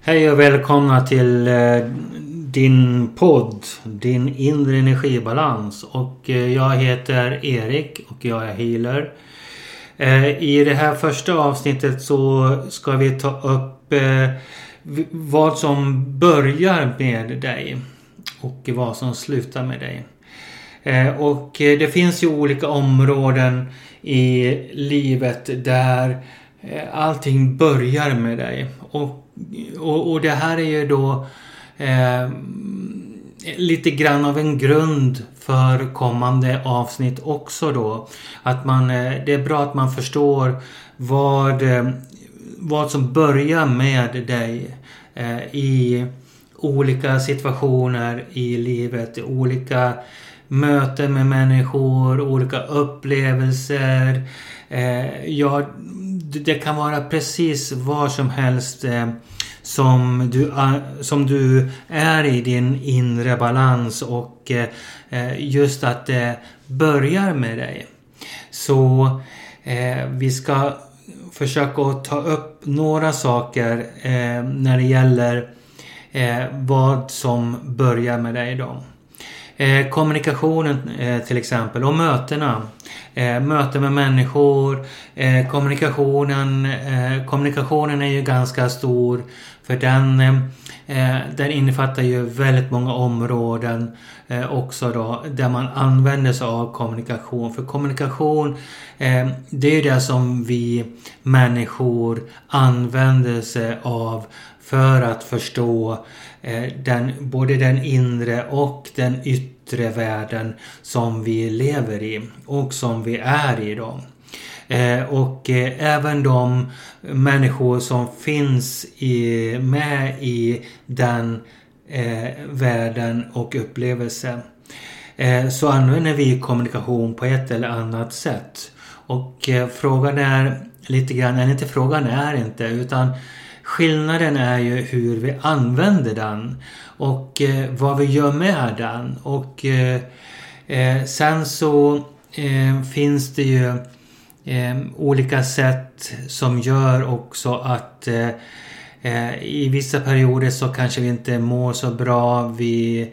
Hej och välkomna till din podd, din inre energibalans. Och jag heter Erik och jag är healer. I det här första avsnittet så ska vi ta upp vad som börjar med dig och vad som slutar med dig. Och det finns ju olika områden i livet där allting börjar med dig. Och det här är ju då lite grann av en grund för kommande avsnitt också då. Att det är bra att man förstår vad som börjar med dig i olika situationer i livet, olika möten med människor, olika upplevelser. Det kan vara precis vad som helst som du är i din inre balans, och just att det börjar med dig. Så vi ska försöka att ta upp några saker när det gäller vad som börjar med dig då. Kommunikationen till exempel, och mötena. Möten med människor. Kommunikationen är ju ganska stor, för den innefattar ju väldigt många områden också då, där man använder sig av kommunikation. För kommunikation, det är ju det som vi människor använder sig av för att förstå både den inre och den yttre världen som vi lever i och som vi är i då. Och även de människor som finns med i den världen och upplevelse. Så använder vi kommunikation på ett eller annat sätt. Och frågan är lite grann, eller inte frågan är inte, utan skillnaden är ju hur vi använder den och vad vi gör med den. Och sen så finns det ju olika sätt som gör också att i vissa perioder så kanske vi inte mår så bra. Vi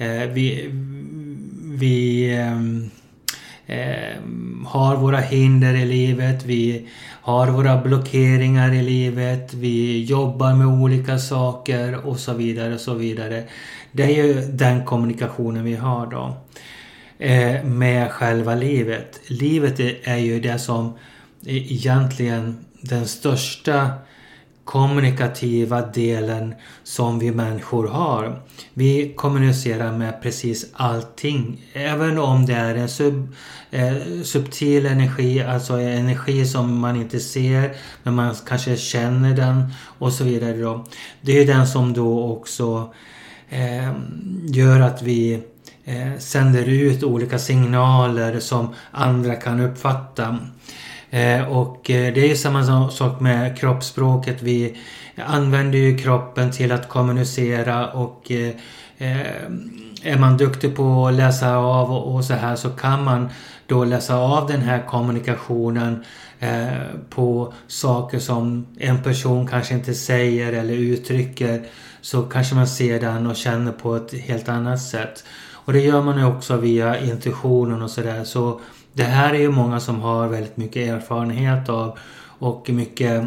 har våra hinder i livet, vi har våra blockeringar i livet, vi jobbar med olika saker och så vidare och så vidare. Det är ju den kommunikationen vi har då med själva livet. Livet är ju det som egentligen den största kommunikativa delen som vi människor har. Vi kommunicerar med precis allting. Även om det är en subtil energi, alltså energi som man inte ser, men man kanske känner den och så vidare då. Det är den som då också gör att vi sänder ut olika signaler som andra kan uppfatta. Och det är ju samma sak med kroppsspråket. Vi använder ju kroppen till att kommunicera, och är man duktig på att läsa av och så här, så kan man då läsa av den här kommunikationen på saker som en person kanske inte säger eller uttrycker. Så kanske man ser den och känner på ett helt annat sätt. Och det gör man ju också via intuitionen och sådär. Så det här är ju många som har väldigt mycket erfarenhet av, och mycket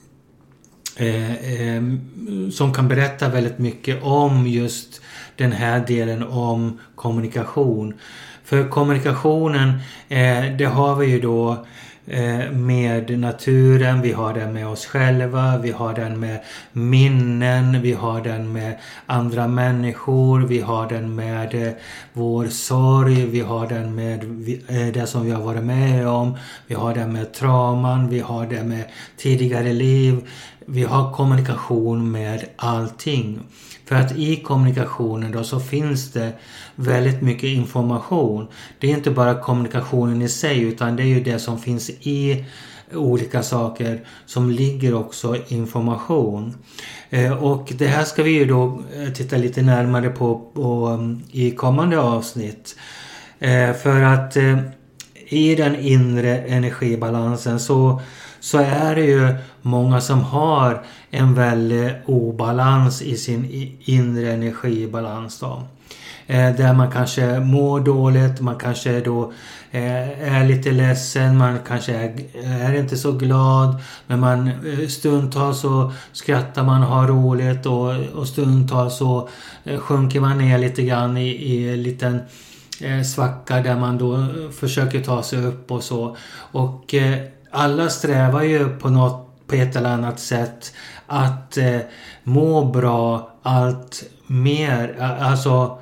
som kan berätta väldigt mycket om just den här delen om kommunikation. För kommunikationen, det har vi ju då med naturen, vi har den med oss själva, vi har den med minnen, vi har den med andra människor, vi har den med vår sorg, vi har den med det som vi har varit med om, vi har den med trauman, vi har den med tidigare liv. Vi har kommunikation med allting. För att i kommunikationen då så finns det väldigt mycket information. Det är inte bara kommunikationen i sig, utan det är ju det som finns i olika saker som ligger också information. Och det här ska vi ju då titta lite närmare på i kommande avsnitt. För att i den inre energibalansen så så är det ju många som har en väldigt obalans i sin inre energibalans då. Där man kanske mår dåligt, man kanske då är lite ledsen, man kanske är inte så glad, men man stundtals så skrattar man, har roligt och stundtals så sjunker man ner lite grann i en liten svacka där man då försöker ta sig upp och så. Och alla strävar ju på ett eller annat sätt att må bra allt mer, alltså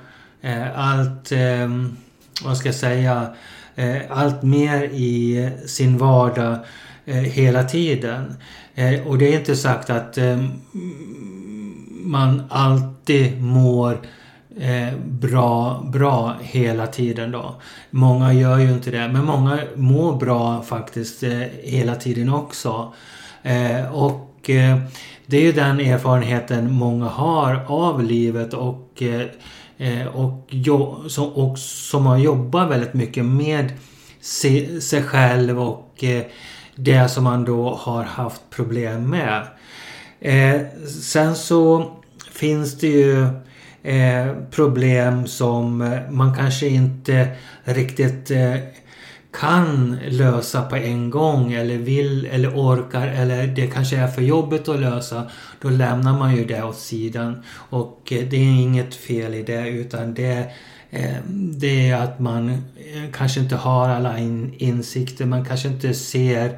allt mer i sin vardag hela tiden. Och det är inte sagt att man alltid mår bra hela tiden då. Många gör ju inte det, men många mår bra faktiskt hela tiden också. Och det är ju den erfarenheten många har av livet och som har jobbat väldigt mycket med sig själv och det som man då har haft problem med. Sen så finns det ju problem som man kanske inte riktigt kan lösa på en gång eller vill eller orkar, eller det kanske är för jobbigt att lösa. Då lämnar man ju det åt sidan, och det är inget fel i det, utan det är att man kanske inte har alla insikter, man kanske inte ser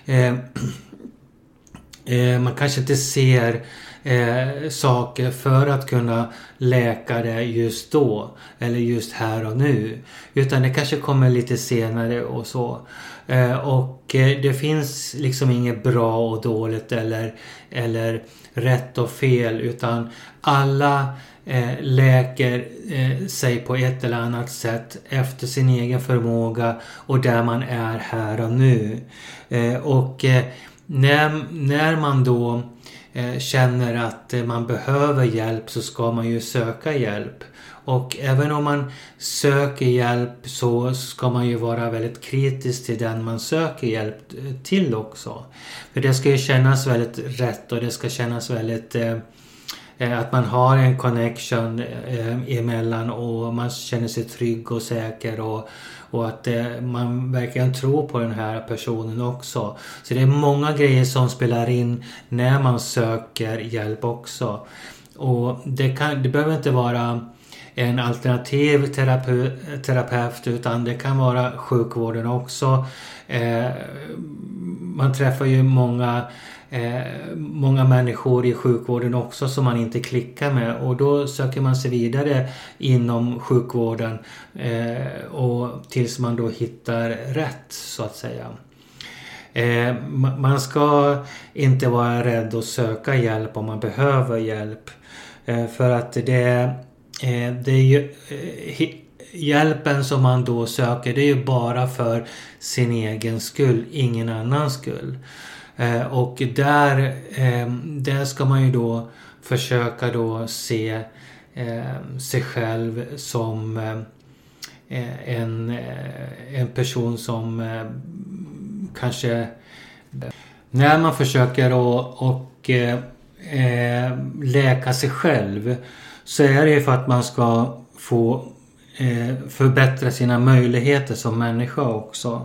saker för att kunna läka det just då eller just här och nu, utan det kanske kommer lite senare och så. Och det finns liksom inget bra och dåligt eller rätt och fel, utan alla läker sig på ett eller annat sätt efter sin egen förmåga och där man är här och nu. Och när man då känner att man behöver hjälp, så ska man ju söka hjälp. Och även om man söker hjälp, så ska man ju vara väldigt kritisk till den man söker hjälp till också. För det ska ju kännas väldigt rätt, och det ska kännas väldigt att man har en connection emellan, och man känner sig trygg och säker, och att man verkligen tror på den här personen också. Så det är många grejer som spelar in när man söker hjälp också. Och det behöver inte vara en alternativ terapeut, utan det kan vara sjukvården också. Man träffar ju många människor i sjukvården också som man inte klickar med, och då söker man sig vidare inom sjukvården och tills man då hittar rätt, så att säga. Man ska inte vara rädd att söka hjälp om man behöver hjälp, för att det är ju hjälpen som man då söker, det är ju bara för sin egen skull, ingen annans skull. Och där ska man ju då försöka då se sig själv som en person som kanske, när man försöker och läka sig själv, så är det ju för att man ska få förbättra sina möjligheter som människa också.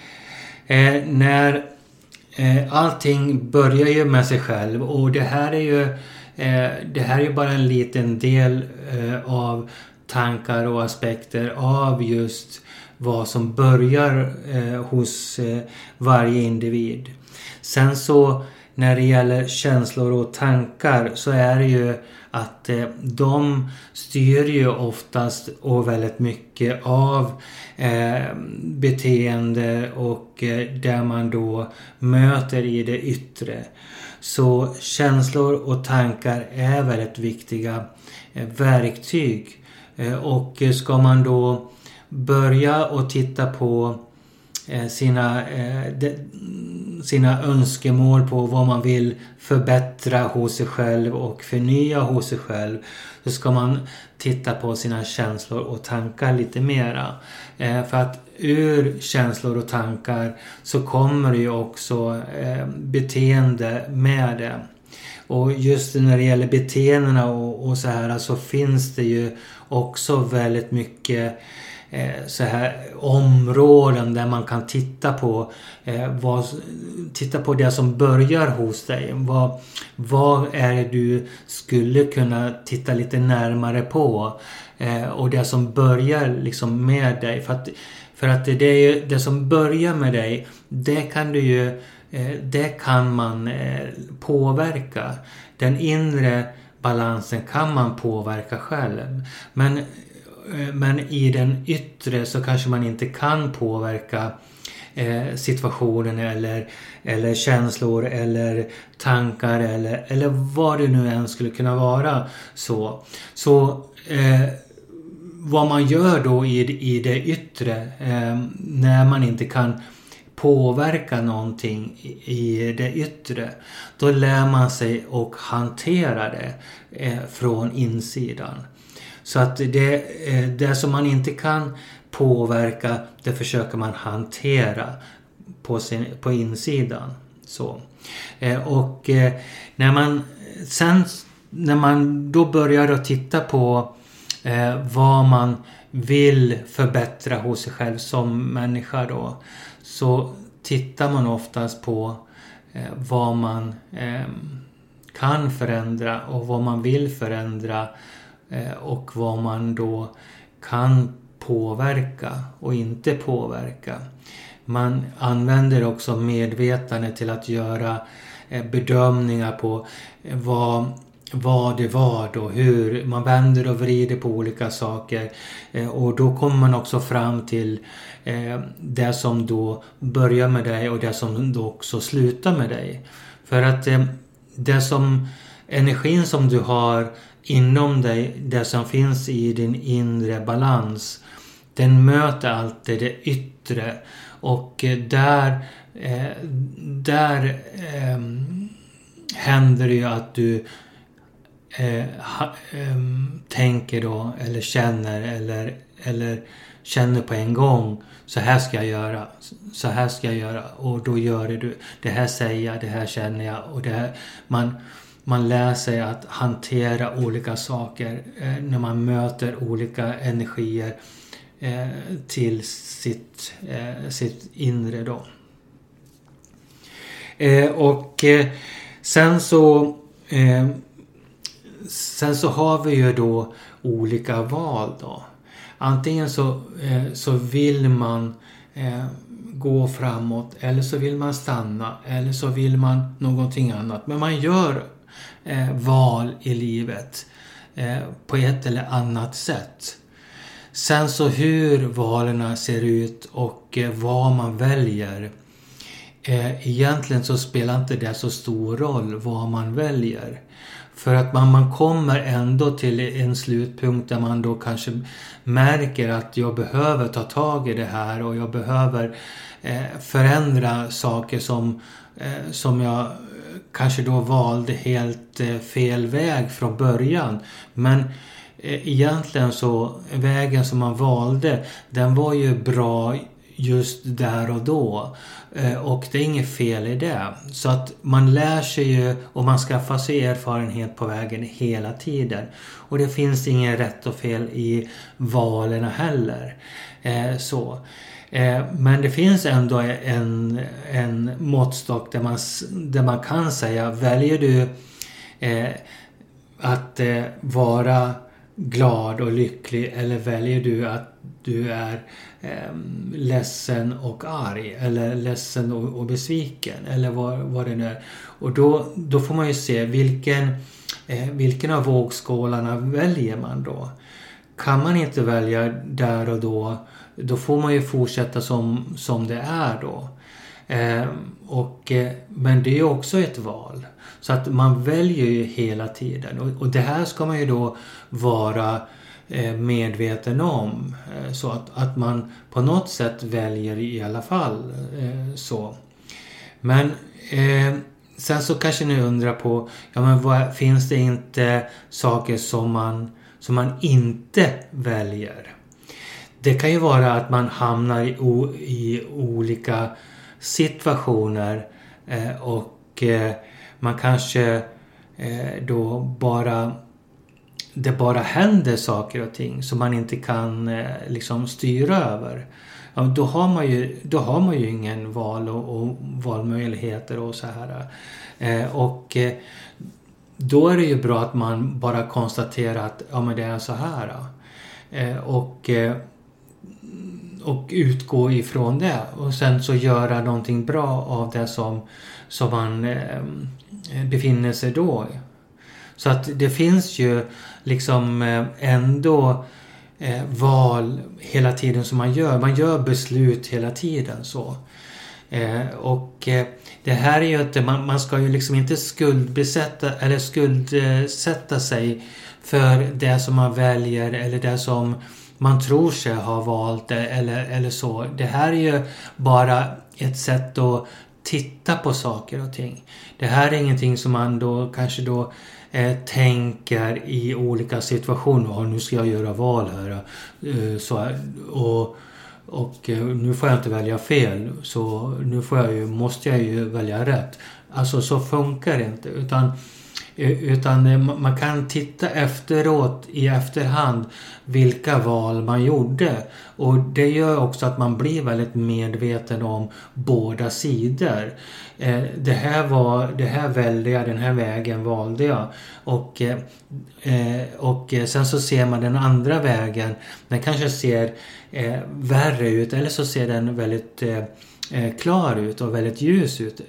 När allting börjar ju med sig själv, och det här är ju bara en liten del av tankar och aspekter av just vad som börjar hos varje individ. Sen så när det gäller känslor och tankar, så är det ju att de styr ju oftast och väldigt mycket av beteende och där man då möter i det yttre. Så känslor och tankar är väldigt viktiga verktyg, och ska man då börja och titta på sina önskemål på vad man vill förbättra hos sig själv och förnya hos sig själv, så ska man titta på sina känslor och tankar lite mera. För att ur känslor och tankar så kommer det ju också beteende med det. Och just när det gäller beteendena och så här, så finns det ju också väldigt mycket så här områden där man kan titta på det som börjar hos dig. Vad är det du skulle kunna titta lite närmare på, och det som börjar liksom med dig, för att det är ju det som börjar med dig, det kan man påverka. Den inre balansen kan man påverka själv, men i den yttre så kanske man inte kan påverka situationen eller känslor eller tankar eller vad det nu än skulle kunna vara. Så vad man gör då i det yttre, när man inte kan påverka någonting i det yttre, då lär man sig och hantera det från insidan. Så att det som man inte kan påverka, det försöker man hantera på insidan. Så. Och när man då börjar att titta på vad man vill förbättra hos sig själv som människa då, så tittar man oftast på vad man kan förändra och vad man vill förändra, och vad man då kan påverka och inte påverka. Man använder också medvetande till att göra bedömningar på vad det var då, hur man vänder och vrider på olika saker, och då kommer man också fram till det som då börjar med dig och det som då också slutar med dig. För att energin som du har inom dig, det som finns i din inre balans, den möter alltid det yttre, och där händer det ju att du tänker då, eller känner på en gång, så här ska jag göra, och då gör du det här, säger jag, det här känner jag, och det här, man lär sig att hantera olika saker när man möter olika energier till sitt inre då. Och sen så har vi ju då olika val då. Antingen så vill man gå framåt, eller så vill man stanna, eller så vill man någonting annat. Men man gör val i livet på ett eller annat sätt. Sen så hur valen ser ut och vad man väljer, egentligen så spelar inte det så stor roll vad man väljer. För att man kommer ändå till en slutpunkt där man då kanske märker att jag behöver ta tag i det här, och jag behöver förändra saker som jag kanske då valde helt fel väg från början. Men egentligen så vägen som man valde, den var ju bra just där och då, och det är inget fel i det. Så att man lär sig ju och man skaffar sig erfarenhet på vägen hela tiden, och det finns ingen rätt och fel i valen heller. Men det finns ändå en måttstock där man kan säga, väljer du att vara glad och lycklig, eller väljer du att du är ledsen och arg, eller ledsen och besviken, eller vad det nu är. Och då får man ju se vilken av vågskålarna väljer man då. Kan man inte välja där och då får man ju fortsätta som det är då. Men det är ju också ett val. Så att man väljer ju hela tiden. Och det här ska man ju då vara medveten om. Så att man på något sätt väljer i alla fall så. Men sen så kanske ni undrar på, ja men finns det inte saker som man inte väljer? Det kan ju vara att man hamnar i olika situationer och man kanske då det bara händer saker och ting som man inte kan liksom styra över. Ja, då har man ju ingen val och valmöjligheter och så här. Och då är det ju bra att man bara konstaterar att ja, men det är så här. Och utgå ifrån det. Och sen så göra någonting bra av det som man befinner sig då. Så att det finns ju liksom ändå val hela tiden som man gör. Man gör beslut hela tiden så. Och det här är ju att man ska ju liksom inte skuldsätta sig för det som man väljer eller det som man tror sig ha valt eller så. Det här är ju bara ett sätt att titta på saker och ting. Det här är ingenting som man då kanske då tänker i olika situationer. Nu ska jag göra val här. Och nu får jag inte välja fel. Så nu måste jag ju välja rätt. Alltså så funkar det inte. Utan man kan titta efteråt i efterhand vilka val man gjorde. Och det gör också att man blir väldigt medveten om båda sidor. Det här välde jag, den här vägen valde jag. Och sen så ser man den andra vägen. Den kanske ser värre ut eller så ser den väldigt klar ut och väldigt ljus ut.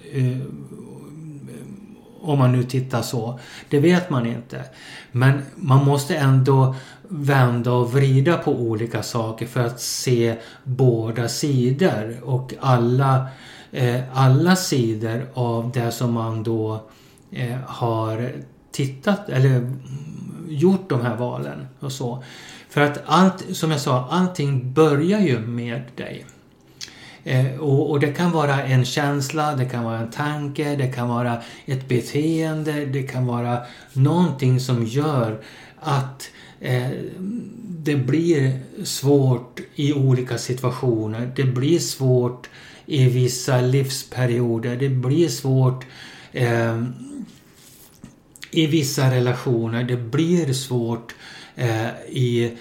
Om man nu tittar så. Det vet man inte. Men man måste ändå vända och vrida på olika saker för att se båda sidor. Och alla sidor av det som man då har tittat eller gjort de här valen och så. För att som jag sa, allting börjar ju med dig. Och det kan vara en känsla, det kan vara en tanke, det kan vara ett beteende, det kan vara någonting som gör att det blir svårt i olika situationer. Det blir svårt i vissa livsperioder. Det blir svårt i vissa relationer. Det blir svårt i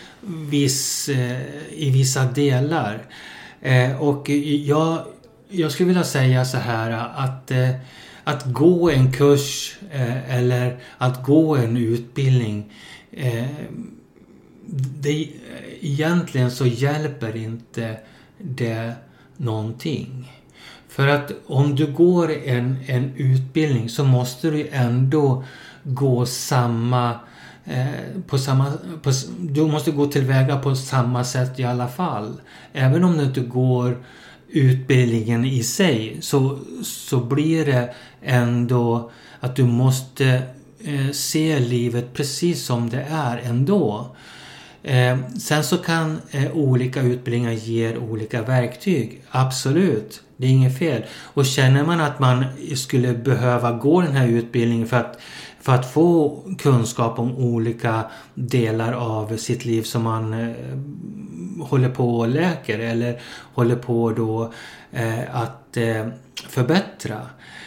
vissa delar. Och jag skulle vilja säga så här att gå en kurs eller att gå en utbildning egentligen så hjälper inte det någonting. För att om du går en utbildning så måste du ändå gå du måste gå tillväga på samma sätt i alla fall. Även om du inte går utbildningen i sig så blir det ändå att du måste se livet precis som det är ändå. Sen så kan olika utbildningar ge olika verktyg. Absolut, det är inget fel. Och känner man att man skulle behöva gå den här utbildningen för att få kunskap om olika delar av sitt liv som man håller på och läker eller håller på då att förbättra,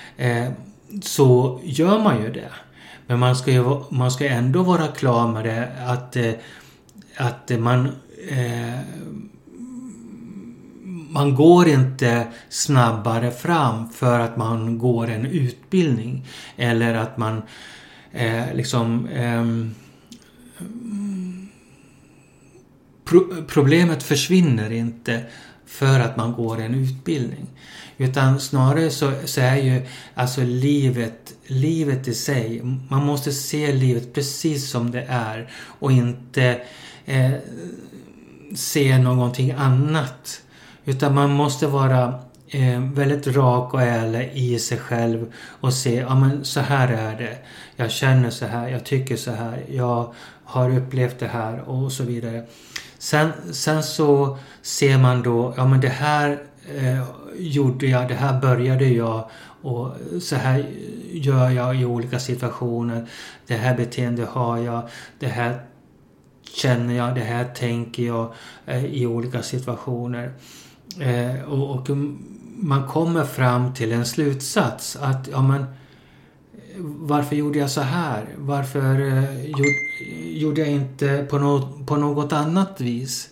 så gör man ju det. Men man ska ändå vara klar med det att man går inte snabbare fram för att man går en utbildning eller att man problemet försvinner inte för att man går en utbildning, utan snarare så är ju alltså livet i sig, man måste se livet precis som det är och inte se någonting annat, utan man måste vara väldigt rak och ärlig i sig själv och se, ja men så här är det. Jag känner så här, jag tycker så här, jag har upplevt det här och så vidare. Sen så ser man då, ja men det här gjorde jag, det här började jag och så här gör jag i olika situationer. Det här beteende har jag, det här känner jag, det här tänker jag i olika situationer. Och man kommer fram till en slutsats att ja men varför gjorde jag så här? Varför gjorde jag inte på något annat vis?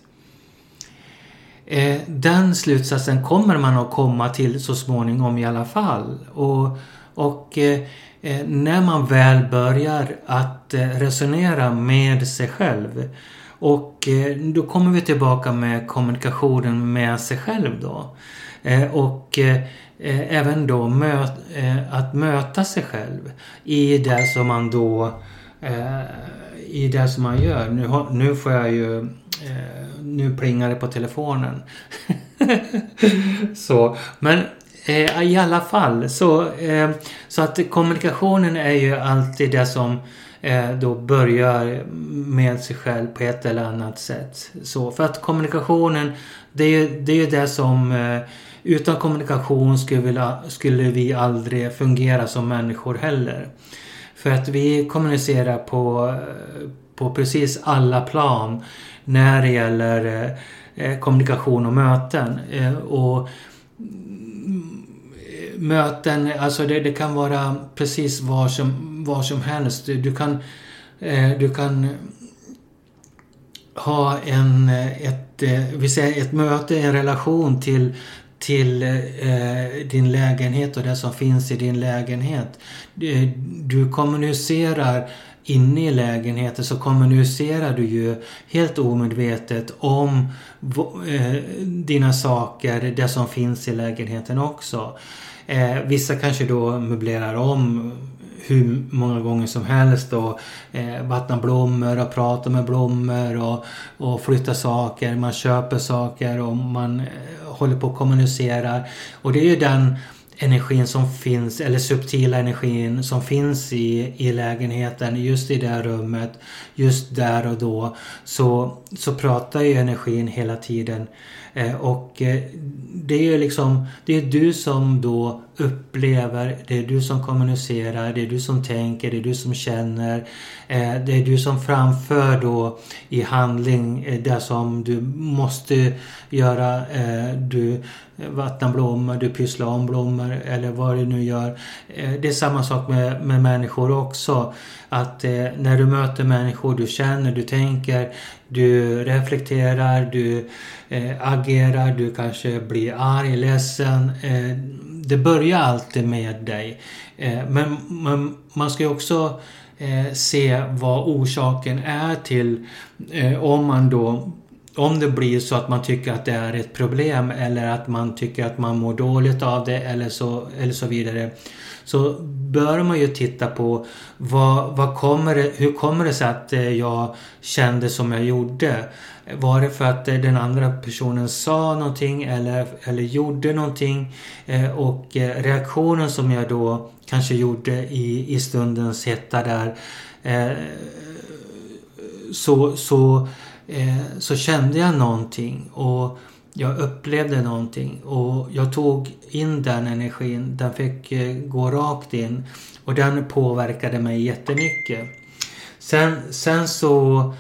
Den slutsatsen kommer man att komma till så småningom i alla fall. Och när man väl börjar att resonera med sig själv, och då kommer vi tillbaka med kommunikationen med sig själv då. Och även då att möta sig själv i det som man då i det som man gör. Nu får jag ju nu plingar det på telefonen. Så, men i alla fall så att kommunikationen är ju alltid det som då börjar med sig själv på ett eller annat sätt. Så för att kommunikationen det är ju det som utan kommunikation skulle vi aldrig fungera som människor heller. För att vi kommunicerar på precis alla plan när det gäller kommunikation och möten. Och möten, alltså det kan vara precis var som helst. Du kan ha ett möte, en relation till din lägenhet och det som finns i din lägenhet. Du kommunicerar inne i lägenheten, så kommunicerar du ju helt omedvetet om dina saker, det som finns i lägenheten också. Vissa kanske då möblerar om hur många gånger som helst och vattnar blommor och pratar med blommor och flyttar saker, man köper saker och man håller på att kommunicera. Och det är ju den energin som finns, eller subtila energin som finns i lägenheten, just i det här rummet, just där och då, så pratar ju energin hela tiden. Och det är ju liksom, det är du som då upplever, det är du som kommunicerar, det är du som tänker, det är du som känner, det är du som framför då i handling det som du måste göra. Du vattnar blommor, du pysslar om blommor eller vad du nu gör. Det är samma sak med människor också, att när du möter människor, du känner, du tänker, du reflekterar, du agerar, du kanske blir arg, ledsen. Det börjar alltid med dig. Men man ska ju också se vad orsaken är till, om det blir så att man tycker att det är ett problem eller att man tycker att man mår dåligt av det eller så vidare. Så bör man ju titta på hur kommer det sig att jag kände som jag gjorde? Var det för att den andra personen sa någonting eller gjorde någonting? Och reaktionen som jag då kanske gjorde i stundens hetta där, så kände jag någonting och jag upplevde någonting och jag tog in den energin, den fick gå rakt in och den påverkade mig jättemycket. Sen så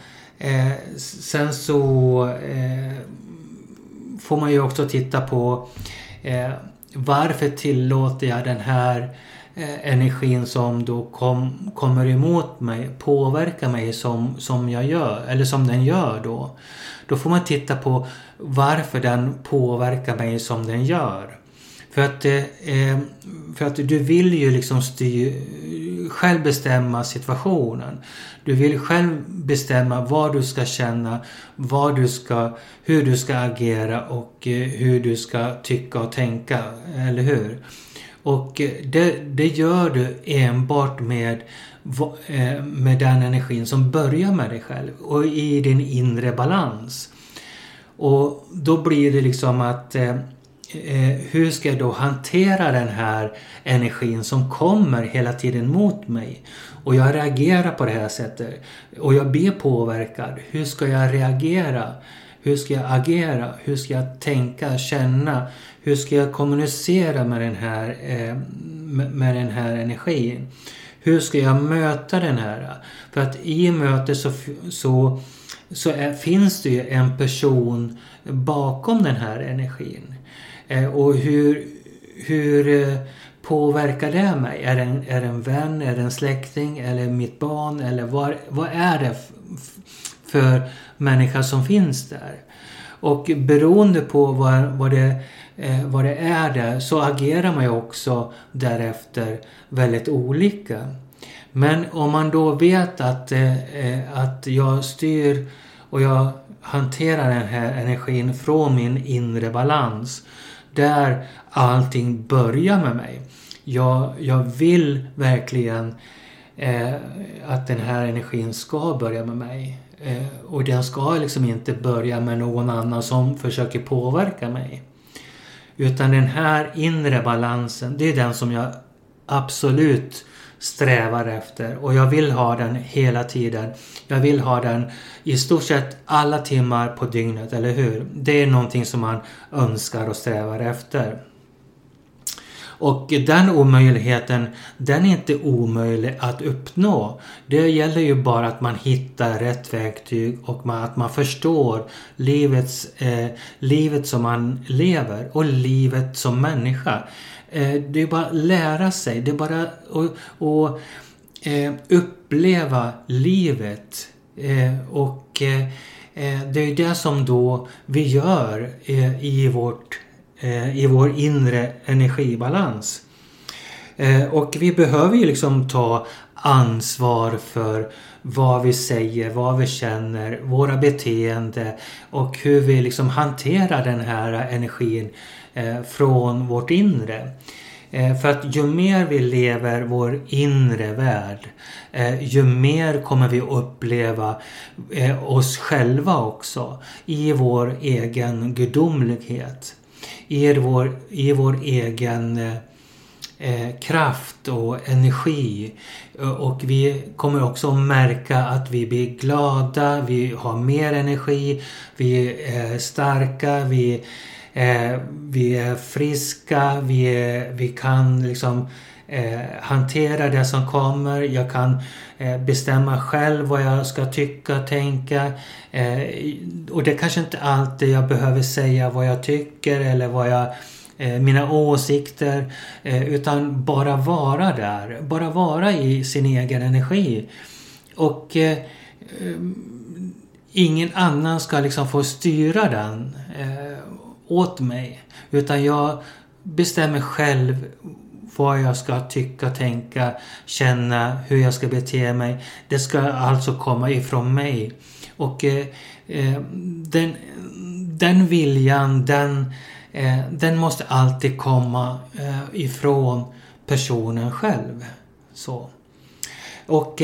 får man ju också titta på varför tillåter jag den här energin som då kommer emot mig påverka mig som jag gör, eller som den gör då. Då får man titta på varför den påverkar mig som den gör. För att du vill ju liksom själv bestämma situationen. Du vill själv bestämma vad du ska känna, hur du ska agera och hur du ska tycka och tänka, eller hur? Och det gör du enbart med den energin som börjar med dig själv och i din inre balans. Och då blir det liksom att hur ska jag då hantera den här energin som kommer hela tiden mot mig? Och jag reagerar på det här sättet. Och jag blir påverkad. Hur ska jag reagera? Hur ska jag agera? Hur ska jag tänka, känna? Hur ska jag kommunicera med den här energin? Hur ska jag möta den här? För att i mötet finns det ju en person bakom den här energin. Och hur påverkar det mig? Är det en vän? Är det en släkting? Eller mitt barn? Eller vad är det för människa som finns där? Och beroende på vad det är där, så agerar man ju också därefter väldigt olika. Men om man då vet att jag styr och jag hanterar den här energin från min inre balans, där allting börjar med mig. Jag vill verkligen att den här energin ska börja med mig. Och den ska liksom inte börja med någon annan som försöker påverka mig. Utan den här inre balansen, det är den som jag absolut strävar efter. Och jag vill ha den hela tiden. Jag vill ha den i stort sett alla timmar på dygnet, eller hur? Det är någonting som man önskar och strävar efter. Och den omöjligheten, den är inte omöjlig att uppnå. Det gäller ju bara att man hittar rätt verktyg och att man förstår livet som man lever och livet som människa. Det är bara att lära sig, det är bara att uppleva livet. Och det är det som då vi gör i vår inre energibalans. Och vi behöver ju liksom ta ansvar för vad vi säger, vad vi känner, våra beteende och hur vi liksom hanterar den här energin från vårt inre. För att ju mer vi lever vår inre värld, ju mer kommer vi uppleva oss själva också i vår egen gudomlighet. I vår egen kraft och energi. Och vi kommer också märka att vi blir glada, vi har mer energi, vi är starka, vi är friska, vi kan liksom hantera det som kommer. Jag kan bestämma själv vad jag ska tycka, tänka. Och det kanske inte alltid jag behöver säga vad jag tycker eller mina åsikter, utan bara vara där. Bara vara i sin egen energi. Och ingen annan ska liksom få styra den åt mig. Utan jag bestämmer själv vad jag ska tycka, tänka, känna, hur jag ska bete mig. Det ska alltså komma ifrån mig. Och den viljan, den måste alltid komma ifrån personen själv. Så. Och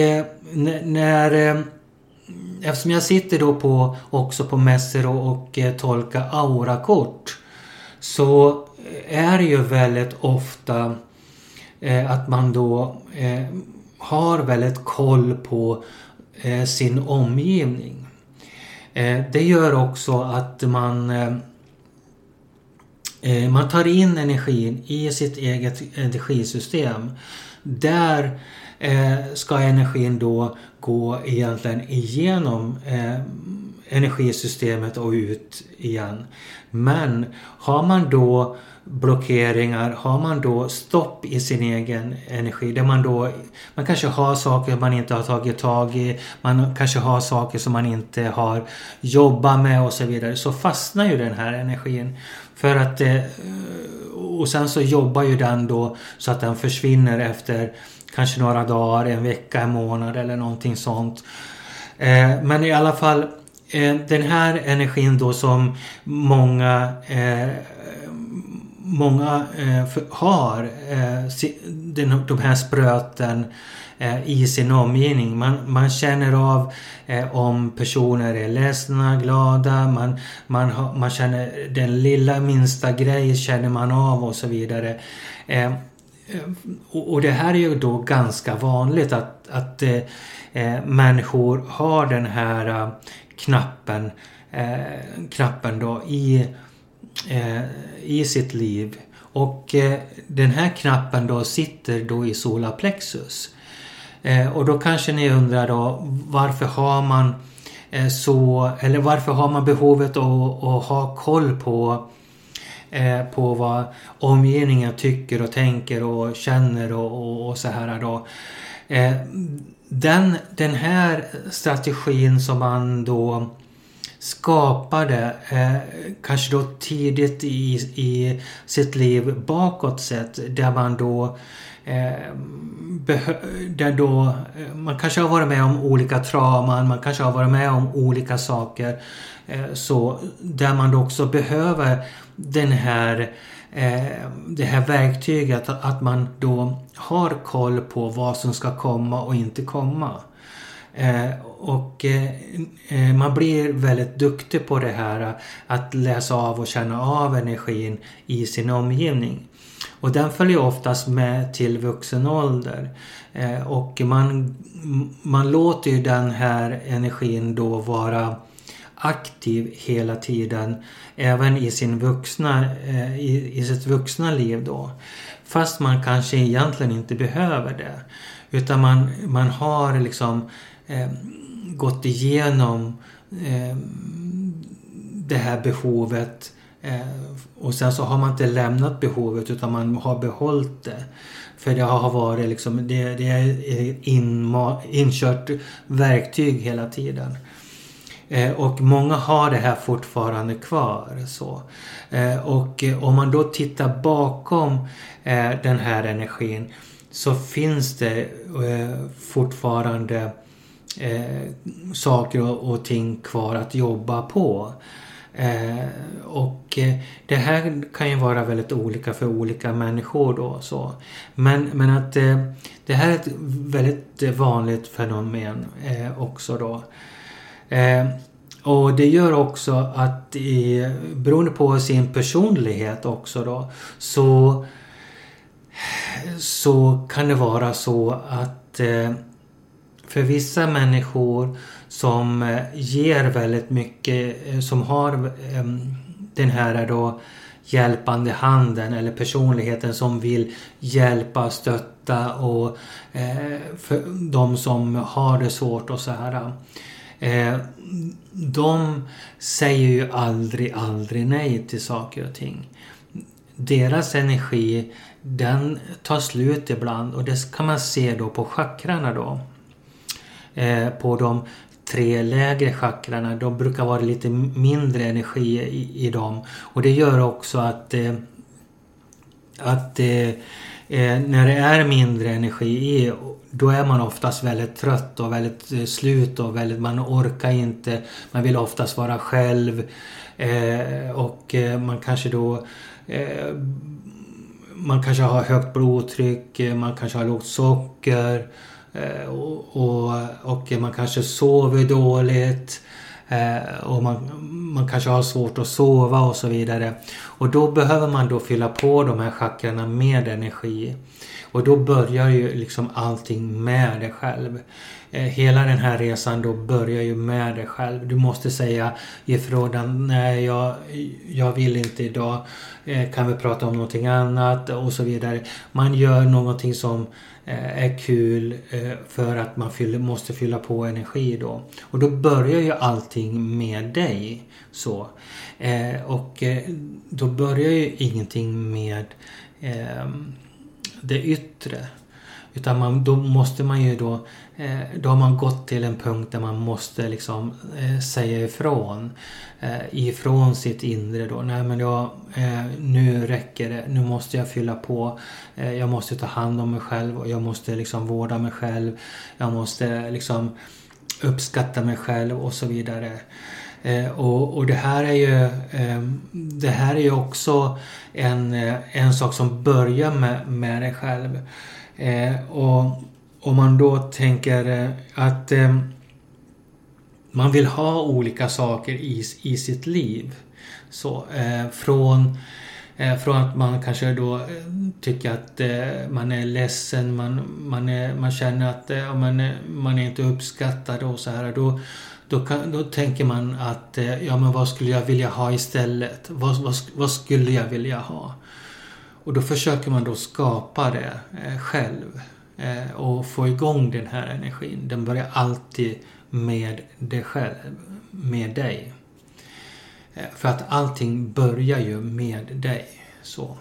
eftersom jag sitter då också på mässor och tolkar aurakort, så är det ju väldigt ofta att man då har väldigt koll på sin omgivning. Det gör också att man tar in energin i sitt eget energisystem. Där ska energin då gå egentligen igenom energisystemet och ut igen. Men har man då blockeringar, har man då stopp i sin egen energi, där man kanske har saker man inte har tagit tag i, man kanske har saker som man inte har jobbat med och så vidare, så fastnar ju den här energin. För att och sen så jobbar ju den då så att den försvinner efter kanske några dagar, en vecka, en månad eller någonting sånt. Men i alla fall den här energin då som många har, de här spröten i sin omgivning. Man känner av om personer är ledsna, glada, man känner den lilla minsta grej känner man av och så vidare. Och det här är ju då ganska vanligt att människor har den här knappen då i sitt liv. Och den här knappen då sitter då i solarplexus. Och då kanske ni undrar då, varför har man varför har man behovet att ha koll på vad omgivningen tycker och tänker och känner och så här då. Den här strategin som man då skapade kanske då tidigt i sitt liv bakåt sett, där man då man kanske har varit med om olika trauman, man kanske har varit med om olika saker, så där man då också behöver det här verktyget, att man då har koll på vad som ska komma och inte komma. Man blir väldigt duktig på det här, att läsa av och känna av energin i sin omgivning. Och den följer oftast med till vuxen ålder. Och man låter ju den här energin då vara aktiv hela tiden, även i sitt vuxna liv då. Fast man kanske egentligen inte behöver det. Utan man har liksom gått igenom det här behovet, och sen så har man inte lämnat behovet, utan man har behållit det. För det har varit liksom, det är inkört verktyg hela tiden. Och många har det här fortfarande kvar. Så. Och om man då tittar bakom den här energin, så finns det fortfarande saker och ting kvar att jobba på. Och det här kan ju vara väldigt olika för olika människor då, så. Men att det här är ett väldigt vanligt fenomen också då. Och det gör också att beroende på sin personlighet också då, så kan det vara så att för vissa människor som ger väldigt mycket, som har den här då hjälpande handen, eller personligheten som vill hjälpa, stötta, och för de som har det svårt och så här, de säger ju aldrig nej till saker och ting. Deras energi, den tar slut ibland, och det kan man se då på chakrarna då. På de 3 lägre chakrarna, de brukar vara lite mindre energi i dem, och det gör också att när det är mindre energi i, då är man oftast väldigt trött och väldigt slut och man orkar inte, man vill oftast vara själv, och man kanske då man kanske har högt blodtryck, man kanske har lågt socker, och man kanske sover dåligt, och man kanske har svårt att sova och så vidare. Och då behöver man då fylla på de här chakrarna med energi. Och då börjar ju liksom allting med dig själv. Hela den här resan då börjar ju med dig själv. Du måste säga ifrån, nej jag vill inte idag, kan vi prata om någonting annat och så vidare. Man gör någonting som är kul, för att man måste fylla på energi då. Och då börjar ju allting med dig. Så. Och då börjar ju ingenting med det yttre. Utan då måste man ju då har man gått till en punkt där man måste liksom säga ifrån sitt inre då. Nej, men nu räcker det, nu måste jag fylla på, jag måste ta hand om mig själv, och jag måste liksom vårda mig själv, jag måste liksom uppskatta mig själv och så vidare. Och det här är ju också en sak som börjar med dig själv. om man då tänker att man vill ha olika saker i sitt liv. Så från att man kanske då tycker att man är ledsen, man känner att man är inte uppskattad och så här. Då tänker man att men vad skulle jag vilja ha istället? Vad skulle jag vilja ha? Och då försöker man då skapa det själv och få igång den här energin. Den börjar alltid med dig själv, med dig. För att allting börjar ju med dig. Så.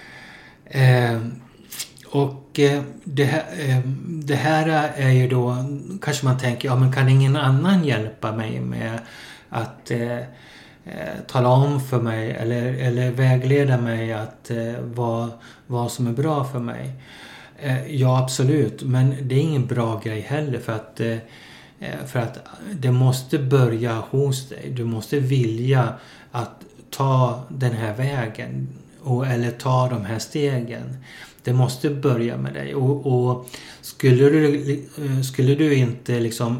Och det här är ju då, kanske man tänker, men kan ingen annan hjälpa mig med att tala om för mig eller vägleda mig att vad som är bra för mig? Ja, absolut, men det är ingen bra grej heller, för att det måste börja hos dig. Du måste vilja att ta den här vägen eller ta de här stegen. Det måste börja med dig. Och skulle du inte liksom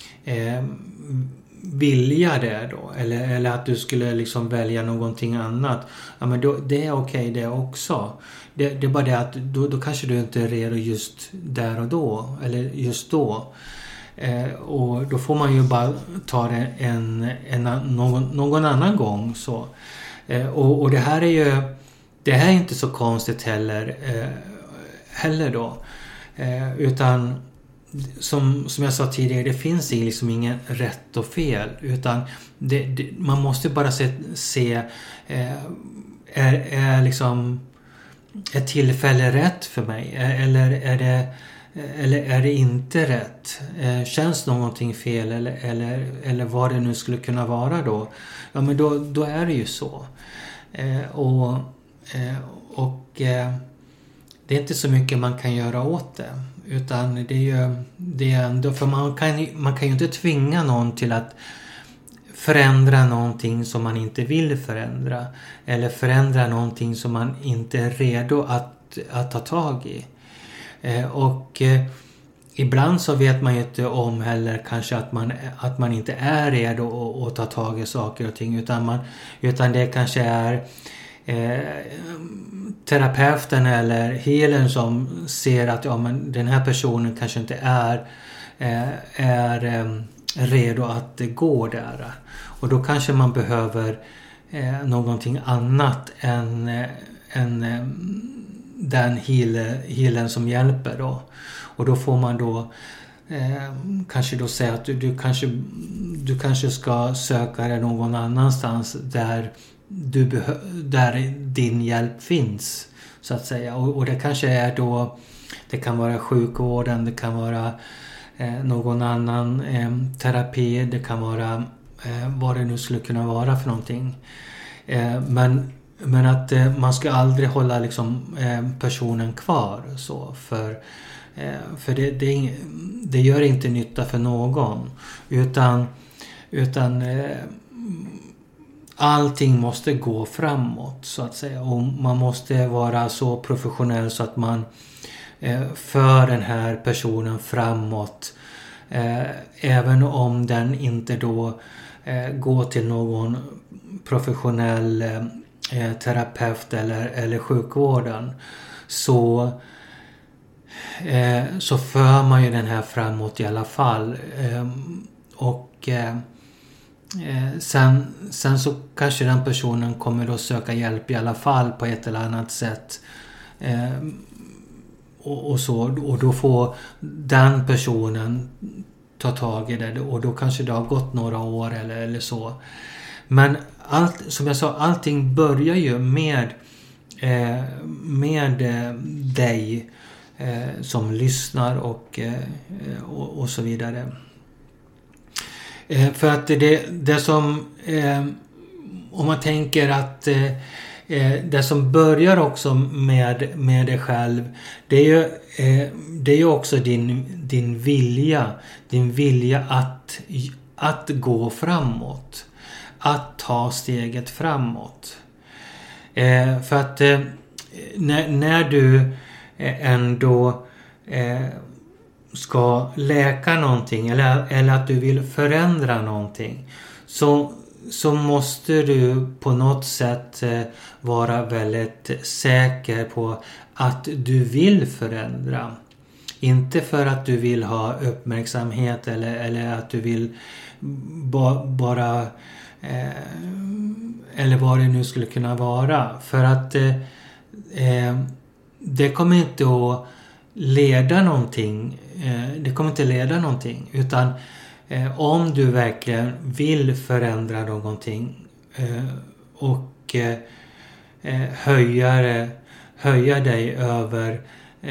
vilja det då, eller att du skulle liksom välja någonting annat, ja, men då, det är okej det också. Det är bara det att då kanske du inte är redo just där och då, eller just då. Och då får man ju bara ta det någon annan gång. Så. Och det här är inte så konstigt heller då. Utan som jag sa tidigare, det finns liksom ingen rätt och fel. Utan man måste bara se är liksom ett tillfälle rätt för mig? Eller är det inte rätt? Känns någonting fel eller vad det nu skulle kunna vara då? Ja, men då är det ju så. Och det är inte så mycket man kan göra åt det. Utan det är ändå, för man kan ju inte tvinga någon till att förändra någonting som man inte vill förändra. Eller förändra någonting som man inte är redo att ta tag i. Och ibland så vet man ju inte om heller kanske att man inte är redo att ta tag i saker och ting, utan det kanske är terapeuten eller healern som ser att men den här personen kanske inte är redo att gå där, och då kanske man behöver någonting annat än den healern som hjälper då. Och då får man då kanske då säga att du kanske ska söka dig någon annanstans där din hjälp finns, så att säga. Och det kanske är då, det kan vara sjukvården, det kan vara någon annan terapi, det kan vara vad det nu skulle kunna vara för någonting. Men att man ska aldrig hålla liksom personen kvar så, för det gör inte nytta för någon, utan allting måste gå framåt, så att säga, och man måste vara så professionell så att man för den här personen framåt, även om den inte då går till någon professionell terapeut eller sjukvården, så för man ju den här framåt i alla fall. Och sen så kanske den personen kommer då söka hjälp i alla fall på ett eller annat sätt. Och då får den personen ta tag i det, och då kanske det har gått några år eller så. Men som jag sa, allting börjar ju med dig som lyssnar och så vidare. För att det som om man tänker att det som börjar också med dig själv, det är ju också din vilja att gå framåt, att ta steget framåt. För att när du ändå ska läka någonting eller att du vill förändra någonting, så måste du på något sätt vara väldigt säker på att du vill förändra. Inte för att du vill ha uppmärksamhet eller att du vill bara eller vad det nu skulle kunna vara. För att det kommer inte att leda någonting. Det kommer inte leda någonting. Utan om du verkligen vill förändra någonting och höja dig över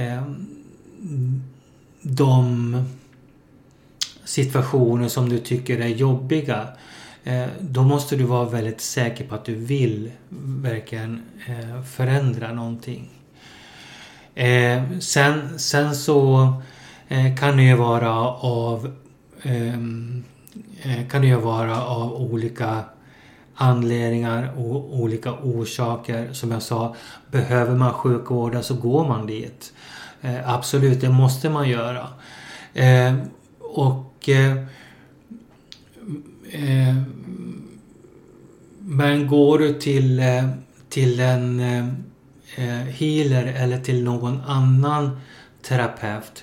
de situationer som du tycker är jobbiga, då måste du vara väldigt säker på att du vill verkligen förändra någonting. Sen så kan det ju vara av olika anledningar och olika orsaker. Som jag sa, behöver man sjukvården så går man dit. Absolut, det måste man göra. Men går du till en healer eller till någon annan terapeut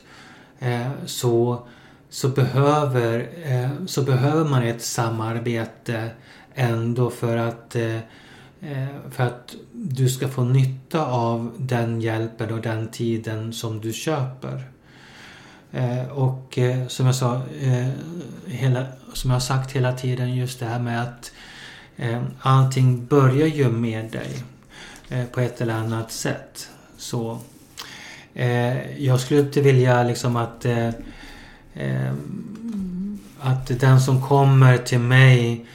så behöver man ett samarbete ändå för att du ska få nytta av den hjälpen och den tiden som du köper. Och som jag sa, som jag har sagt hela tiden, just det här med att allting börjar ju med dig på ett eller annat sätt. Så jag skulle inte vilja liksom att den som kommer till mig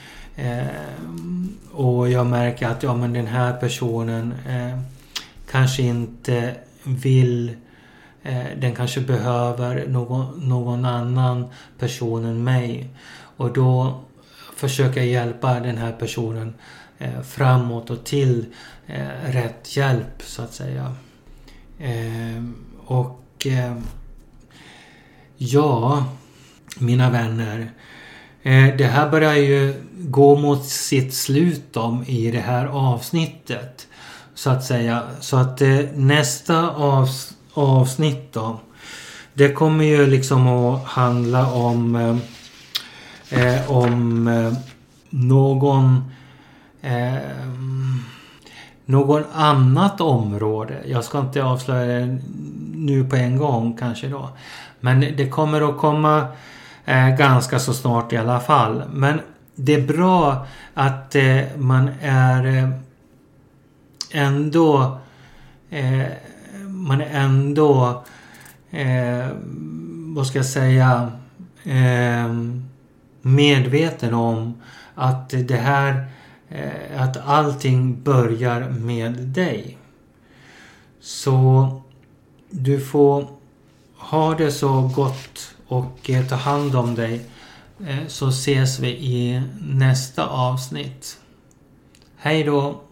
och jag märker att men den här personen kanske inte vill, den kanske behöver någon annan person än mig, och då försöker jag hjälpa den här personen framåt och till rätt hjälp, så att säga. Ja, mina vänner, det här börjar ju gå mot sitt slut i det här avsnittet, så att säga. Så att nästa avsnitt då, det kommer ju liksom att handla om någon annat område. Jag ska inte avslöja det nu på en gång kanske då. Men det kommer att komma ganska så snart i alla fall. Men det är bra att man är ändå vad ska jag säga, medveten om att det här, att allting börjar med dig. Så du får ha det så gott och ta hand om dig, så ses vi i nästa avsnitt. Hej då!